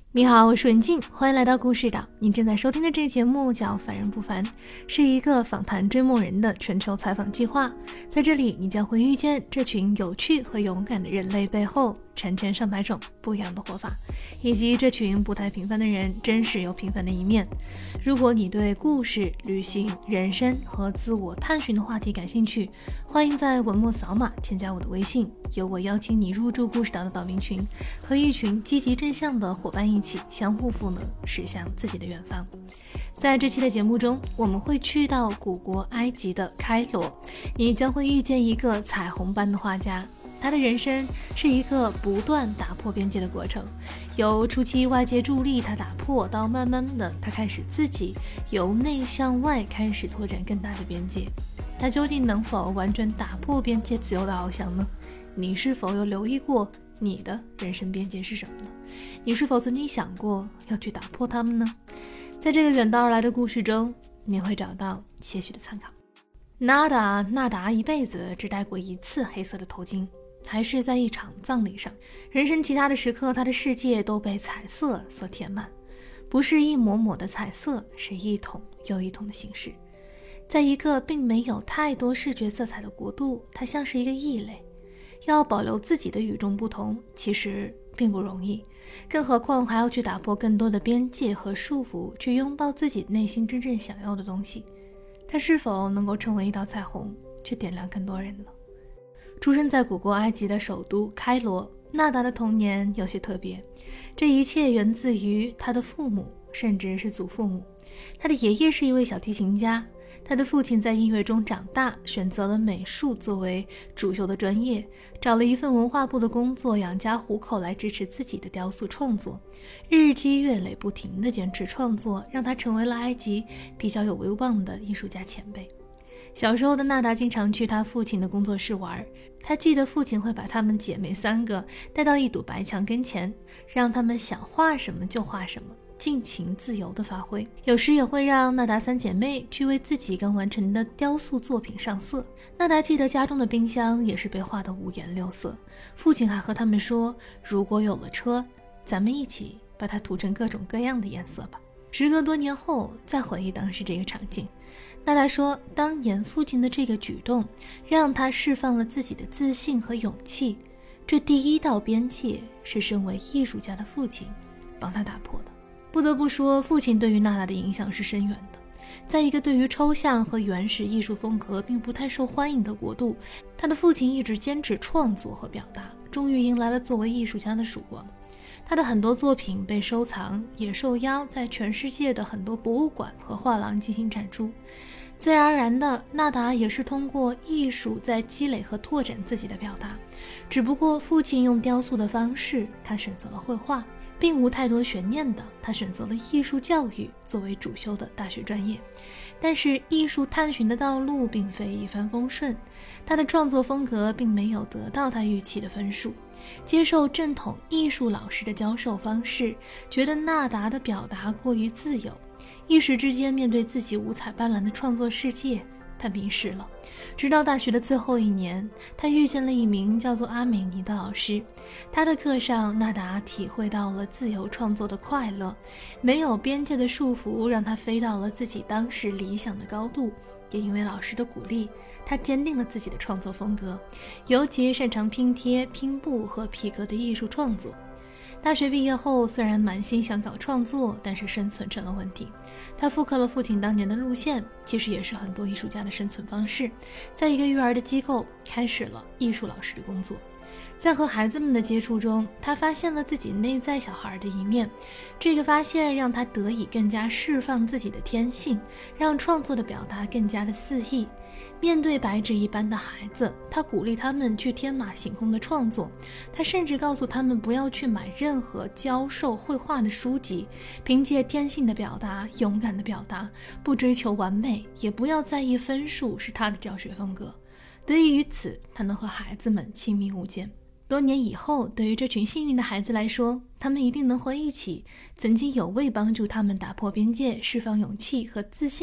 你好，我是文静，欢迎来到故事岛。您正在收听的这个节目叫《凡人不凡》，是一个访谈追梦人的全球采访计划。在这里，你将会遇见这群有趣和勇敢的人类背后成千上百种不一样的活法，以及这群不太平凡的人真实又平凡的一面。如果你对故事、旅行、人生和自我探寻的话题感兴趣，欢迎在文末扫码添加我的微信，由我邀请你入驻故事岛的岛民群，和一群积极正向的伙伴一起相互赋能，驶向自己的远方。在这期的节目中，我们会去到古国埃及的开罗，你将会遇见一个彩虹般的画家。他的人生是一个不断打破边界的过程，由初期外界助力他打破，到慢慢的他开始自己由内向外开始拓展更大的边界。他究竟能否完全打破边界自由的翱翔呢？你是否有留意过你的人生边界是什么呢？你是否曾经想过要去打破它们呢？在这个远道而来的故事中，你会找到些许的参考。纳达一辈子只戴过一次黑色的头巾，还是在一场葬礼上。人生其他的时刻，他的世界都被彩色所填满，不是一抹抹的彩色，是一桶又一桶的形式。在一个并没有太多视觉色彩的国度，他像是一个异类。要保留自己的与众不同，其实并不容易，更何况还要去打破更多的边界和束缚，去拥抱自己内心真正想要的东西。他是否能够成为一道彩虹，去点亮更多人呢？出生在古国埃及的首都开罗，纳达的童年有些特别，这一切源自于他的父母，甚至是祖父母。他的爷爷是一位小提琴家，他的父亲在音乐中长大，选择了美术作为主修的专业，找了一份文化部的工作养家糊口来支持自己的雕塑创作，日积月累不停地坚持创作，让他成为了埃及比较有威望的艺术家前辈。小时候的纳达经常去他父亲的工作室玩，他记得父亲会把他们姐妹3个带到一堵白墙跟前，让他们想画什么就画什么，尽情自由地发挥。有时也会让纳达3姐妹去为自己刚完成的雕塑作品上色。纳达记得家中的冰箱也是被画得五颜六色，父亲还和他们说，如果有了车，咱们一起把它涂成各种各样的颜色吧。时隔多年后再回忆当时这个场景，纳达说，当年父亲的这个举动让他释放了自己的自信和勇气，这第一道边界是身为艺术家的父亲帮他打破的。不得不说，父亲对于纳达的影响是深远的。在一个对于抽象和原始艺术风格并不太受欢迎的国度，他的父亲一直坚持创作和表达，终于迎来了作为艺术家的曙光。他的很多作品被收藏，也受邀在全世界的很多博物馆和画廊进行展出。自然而然的，纳达也是通过艺术在积累和拓展自己的表达。只不过父亲用雕塑的方式，他选择了绘画，并无太多悬念的，他选择了艺术教育作为主修的大学专业。但是艺术探寻的道路并非一帆风顺，他的创作风格并没有得到他预期的分数。接受正统艺术老师的教授方式，觉得纳达的表达过于自由，一时之间面对自己五彩斑斓的创作世界，他迷失了。直到大学的最后1年，他遇见了一名叫做阿美尼的老师。他的课上，纳达体会到了自由创作的快乐，没有边界的束缚让他飞到了自己当时理想的高度。也因为老师的鼓励，他坚定了自己的创作风格，尤其擅长拼贴、拼布和皮革的艺术创作。大学毕业后，虽然满心想搞创作，但是生存成了问题。他复刻了父亲当年的路线，其实也是很多艺术家的生存方式，在一个育儿的机构开始了艺术老师的工作。在和孩子们的接触中，他发现了自己内在小孩的一面，这个发现让他得以更加释放自己的天性，让创作的表达更加的肆意。面对白纸一般的孩子，他鼓励他们去天马行空的创作，他甚至告诉他们不要去买任何教授绘画的书籍，凭借天性的表达，勇敢的表达，不追求完美，也不要在意分数，是他的教学风格。得益于此，他能和孩子们亲密无间。多年以后，对于这群幸运的孩子来说，他们一定能回忆起曾经有位帮助他们打破边界、释放勇气和自信的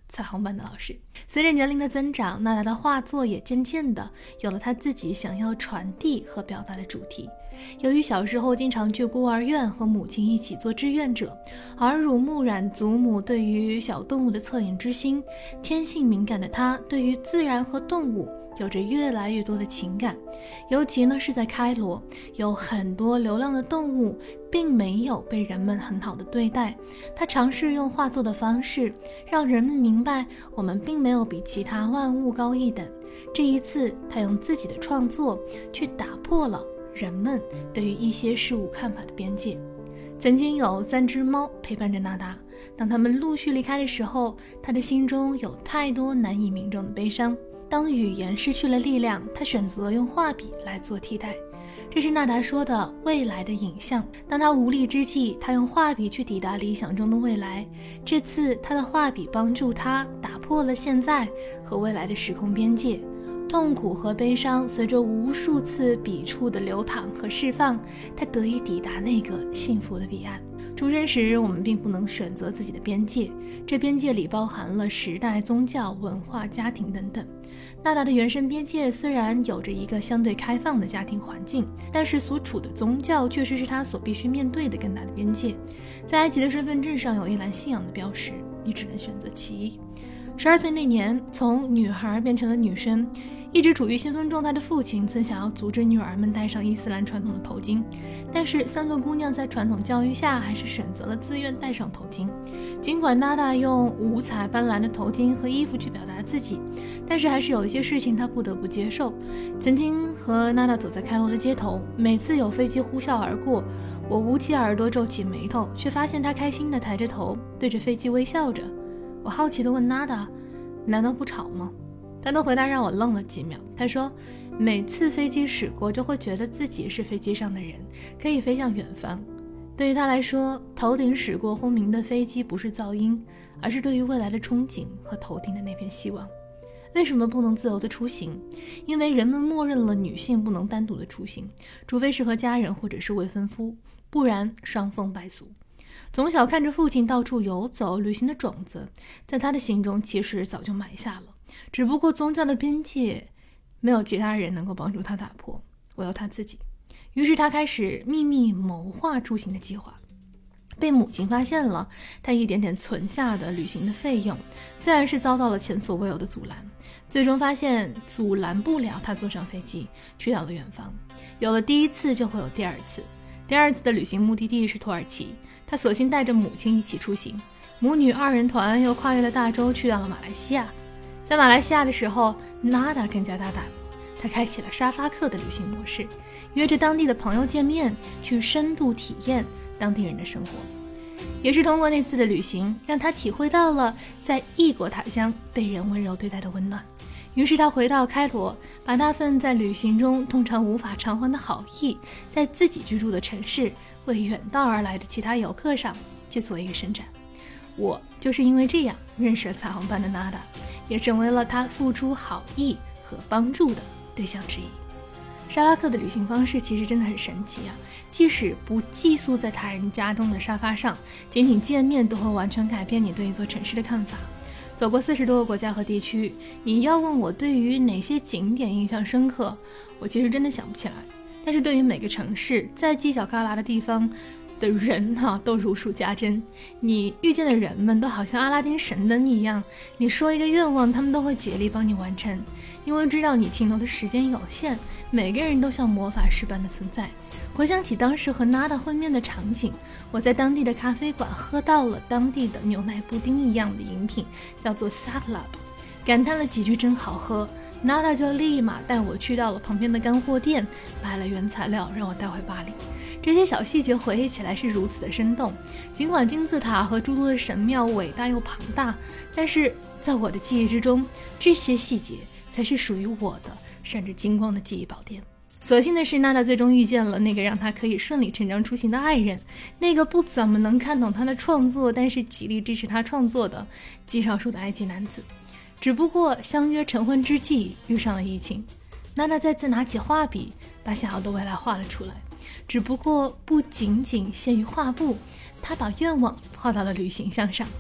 彩虹班的老师。随着年龄的增长，娜达的画作也渐渐的有了她自己想要传递和表达的主题。由于小时候经常去孤儿院和母亲一起做志愿者，耳濡目染祖母对于小动物的恻隐之心，天性敏感的她对于自然和动物有着越来越多的情感。尤其呢是在开罗，有很多流浪的动物并没有被人们很好的对待。他尝试用画作的方式让人们明白，我们并没有比其他万物高一等。这一次他用自己的创作去打破了人们对于一些事物看法的边界。曾经有3只猫陪伴着娜达，当他们陆续离开的时候，他的心中有太多难以名状的悲伤。当语言失去了力量，他选择用画笔来做替代。这是娜达说的未来的影像。当他无力之际，他用画笔去抵达理想中的未来。这次他的画笔帮助他打破了现在和未来的时空边界。痛苦和悲伤随着无数次笔触的流淌和释放，他得以抵达那个幸福的彼岸。出生时，我们并不能选择自己的边界，这边界里包含了时代、宗教、文化、家庭等等。娜达的原生边界虽然有着一个相对开放的家庭环境，但是所处的宗教确实是他所必须面对的更大的边界。在埃及的身份证上有一栏信仰的标识，你只能选择其一。12岁那年，从女孩变成了女生。一直处于兴奋状态的父亲曾想要阻止女儿们戴上伊斯兰传统的头巾，但是3个姑娘在传统教育下还是选择了自愿戴上头巾。尽管娜达用五彩斑斓的头巾和衣服去表达自己，但是还是有一些事情她不得不接受。曾经和娜达走在开罗的街头，每次有飞机呼啸而过，我捂起耳朵皱起眉头，却发现她开心地抬着头对着飞机微笑着。我好奇地问娜达，难道不吵吗？他的回答让我愣了几秒。他说，每次飞机驶过就会觉得自己是飞机上的人，可以飞向远方。对于他来说，头顶驶过轰鸣的飞机不是噪音，而是对于未来的憧憬和头顶的那片希望。为什么不能自由的出行？因为人们默认了女性不能单独的出行，除非是和家人或者是未婚夫，不然伤风败俗。从小看着父亲到处游走，旅行的种子在他的心中其实早就埋下了，只不过宗教的边界没有其他人能够帮助他打破，唯有他自己。于是他开始秘密谋划出行的计划。被母亲发现了，他一点点存下的旅行的费用自然是遭到了前所未有的阻拦，最终发现阻拦不了他坐上飞机去到了远方。有了第一次就会有第二次，第二次的旅行目的地是土耳其，他索性带着母亲一起出行，母女2人团又跨越了大洲去到了马来西亚。在马来西亚的时候，娜达更加大胆了，他开启了沙发客的旅行模式，约着当地的朋友见面，去深度体验当地人的生活。也是通过那次的旅行，让他体会到了在异国他乡被人温柔对待的温暖。于是他回到开罗，把那份在旅行中通常无法偿还的好意，在自己居住的城市为远道而来的其他游客上去做一个伸展。我就是因为这样认识了彩虹班的娜达，也成为了他付出好意和帮助的对象之一。沙发客的旅行方式其实真的很神奇啊！即使不寄宿在他人家中的沙发上，仅仅见面都会完全改变你对一座城市的看法。走过40多个国家和地区，你要问我对于哪些景点印象深刻，我其实真的想不起来。但是对于每个城市，在犄角旮旯的地方的人都如数家珍。你遇见的人们都好像阿拉丁神灯一样，你说一个愿望，他们都会竭力帮你完成，因为知道你停留的时间有限，每个人都像魔法师般的存在。回想起当时和娜达会面的场景，我在当地的咖啡馆喝到了当地的牛奶布丁一样的饮品，叫做 Saklab， 感叹了几句真好喝，娜达就立马带我去到了旁边的干货店，买了原材料让我带回巴黎。这些小细节回忆起来是如此的生动，尽管金字塔和诸多的神庙伟大又庞大，但是在我的记忆之中，这些细节才是属于我的闪着金光的记忆宝典。所幸的是，娜达最终遇见了那个让他可以顺理成章出行的爱人，那个不怎么能看懂他的创作，但是极力支持他创作的极少数的埃及男子。只不过相约成婚之际遇上了疫情，娜达再次拿起画笔，把想要的未来画了出来。只不过不仅仅限于画布，他把愿望画到了旅行箱上。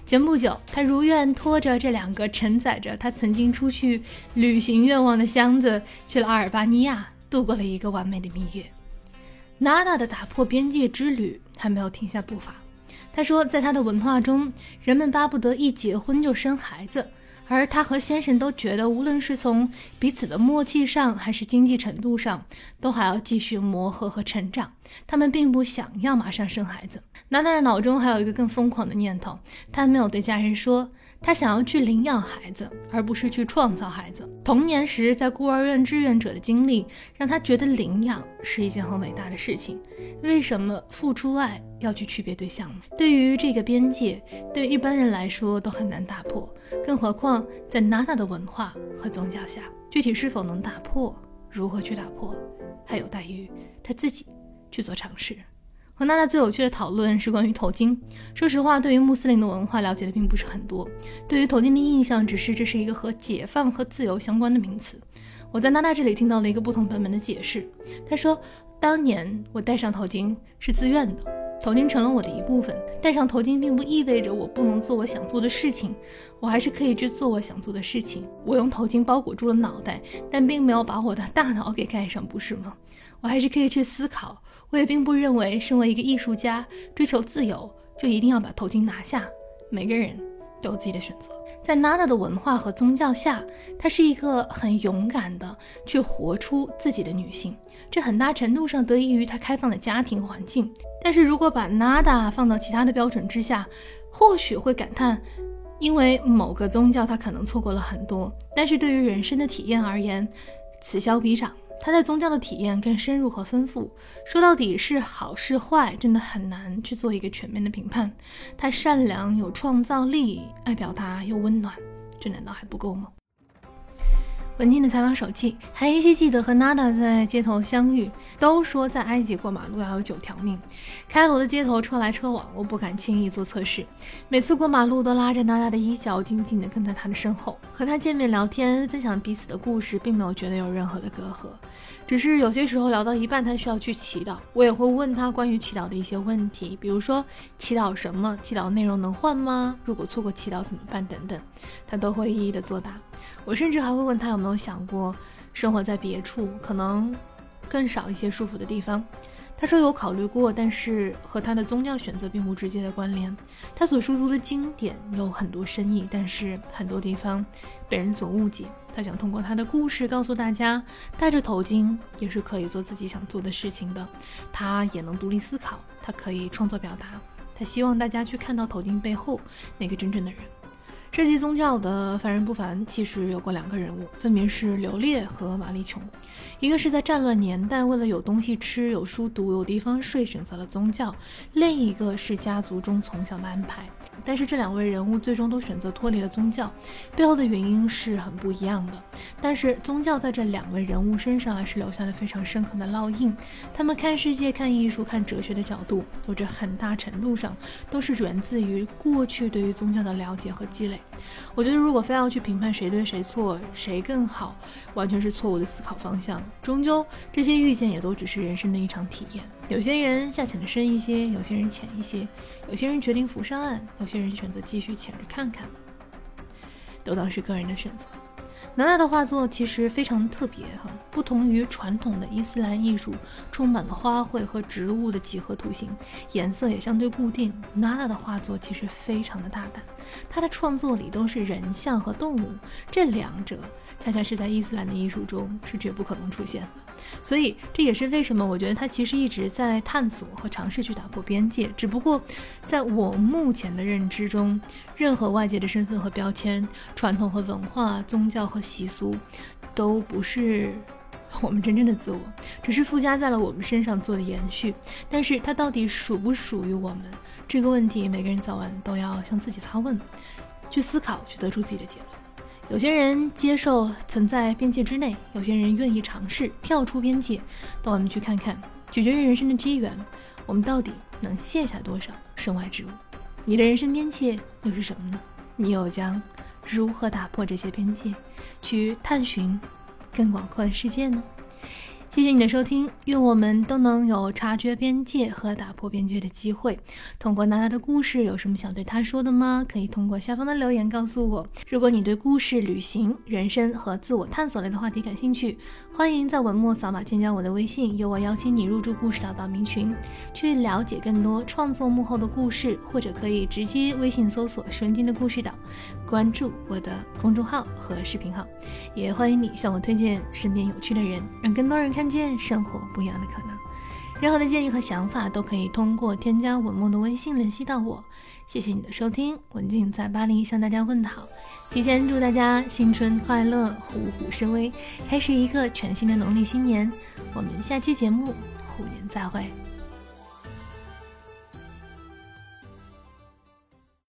前不久，他如愿拖着这2个承载着他曾经出去旅行愿望的箱子，去了阿尔巴尼亚，度过了一个完美的蜜月。娜娜的打破边界之旅还没有停下步伐。他说，在他的文化中，人们巴不得一结婚就生孩子，而他和先生都觉得，无论是从彼此的默契上还是经济程度上，都还要继续磨合和成长。他们并不想要马上生孩子。娜娜的脑中还有一个更疯狂的念头，她没有对家人说，她想要去领养孩子，而不是去创造孩子。童年时在孤儿院志愿者的经历，让她觉得领养是一件很伟大的事情。为什么付出爱要去区别对象呢？对于这个边界，对一般人来说都很难打破，更何况在娜娜的文化和宗教下，具体是否能打破，如何去打破，还有待于她自己去做尝试。和娜娜最有趣的讨论是关于头巾。说实话，对于穆斯林的文化了解的并不是很多，对于头巾的印象只是这是一个和解放和自由相关的名词。我在娜娜这里听到了一个不同版本的解释。她说，当年我戴上头巾是自愿的，头巾成了我的一部分。戴上头巾并不意味着我不能做我想做的事情，我还是可以去做我想做的事情。我用头巾包裹住了脑袋，但并没有把我的大脑给盖上，不是吗？我还是可以去思考。我也并不认为身为一个艺术家追求自由就一定要把头巾拿下，每个人都有自己的选择。在娜娜的文化和宗教下，她是一个很勇敢的去活出自己的女性，这很大程度上得益于她开放的家庭环境。但是如果把娜娜放到其他的标准之下，或许会感叹，因为某个宗教她可能错过了很多，但是对于人生的体验而言，此消彼长。他在宗教的体验更深入和丰富，说到底是好是坏，真的很难去做一个全面的评判。他善良，有创造力，爱表达又温暖，这难道还不够吗？文静的采访手记，还依稀记得和娜娜在街头相遇，都说在埃及过马路要有9条命。开罗的街头车来车往，我不敢轻易做测试，每次过马路都拉着娜娜的衣角，紧紧地跟在她的身后，和她见面聊天，分享彼此的故事，并没有觉得有任何的隔阂。只是有些时候聊到一半，她需要去祈祷，我也会问她关于祈祷的一些问题，比如说祈祷什么，祈祷内容能换吗？如果错过祈祷怎么办等等，她都会一一的作答。我甚至还会问她有没有想过生活在别处，可能更少一些舒服的地方。他说有考虑过，但是和他的宗教选择并无直接的关联。他所熟读的经典有很多深意，但是很多地方被人所误解。他想通过他的故事告诉大家，戴着头巾也是可以做自己想做的事情的，他也能独立思考，他可以创作表达，他希望大家去看到头巾背后那个真正的人。涉及宗教的《凡人不凡》其实有过2个人物，分别是刘烈和玛丽琼。一个是在战乱年代为了有东西吃、有书读、有地方睡选择了宗教，另一个是家族中从小的安排。但是这2位人物最终都选择脱离了宗教，背后的原因是很不一样的。但是宗教在这2位人物身上还是留下了非常深刻的烙印。他们看世界、看艺术、看哲学的角度，有着很大程度上都是源自于过去对于宗教的了解和积累。我觉得如果非要去评判谁对谁错，谁更好，完全是错误的思考方向。终究这些遇见也都只是人生的一场体验，有些人下潜的深一些，有些人浅一些，有些人决定浮上岸，有些人选择继续潜着看看，都当是个人的选择。娜娜的画作其实非常特别，不同于传统的伊斯兰艺术，充满了花卉和植物的几何图形，颜色也相对固定。娜娜的画作其实非常的大胆，她的创作里都是人像和动物，这2者恰恰是在伊斯兰的艺术中是绝不可能出现的。所以这也是为什么我觉得他其实一直在探索和尝试去打破边界，只不过在我目前的认知中，任何外界的身份和标签、传统和文化、宗教和习俗都不是我们真正的自我，只是附加在了我们身上做的延续。但是它到底属不属于我们，这个问题每个人早晚都要向自己发问，去思考，去得出自己的结论。有些人接受存在边界之内，有些人愿意尝试跳出边界，等我们去看看，取决于人生的机缘，我们到底能卸下多少身外之物。你的人生边界又是什么呢？你又将如何打破这些边界，去探寻更广阔的世界呢？ 谢谢你的收听，愿我们都能有察觉边界和打破边界的机会。通过娜娜的故事，有什么想对她说的吗？可以通过下方的留言告诉我。如果你对故事、旅行、人生和自我探索类的话题感兴趣，欢迎在文末扫码添加我的微信，由我邀请你入驻故事岛岛民群，去了解更多创作幕后的故事，或者可以直接微信搜索顺经的故事岛，关注我的公众号和视频号。也欢迎你向我推荐身边有趣的人，让更多人看见生活不一样的可能。任何的建议和想法都可以通过添加文末的微信联系到我。谢谢你的收听，文静在巴黎向大家问好，提前祝大家新春快乐，虎虎生威，开始一个全新的农历新年。我们下期节目虎年再会。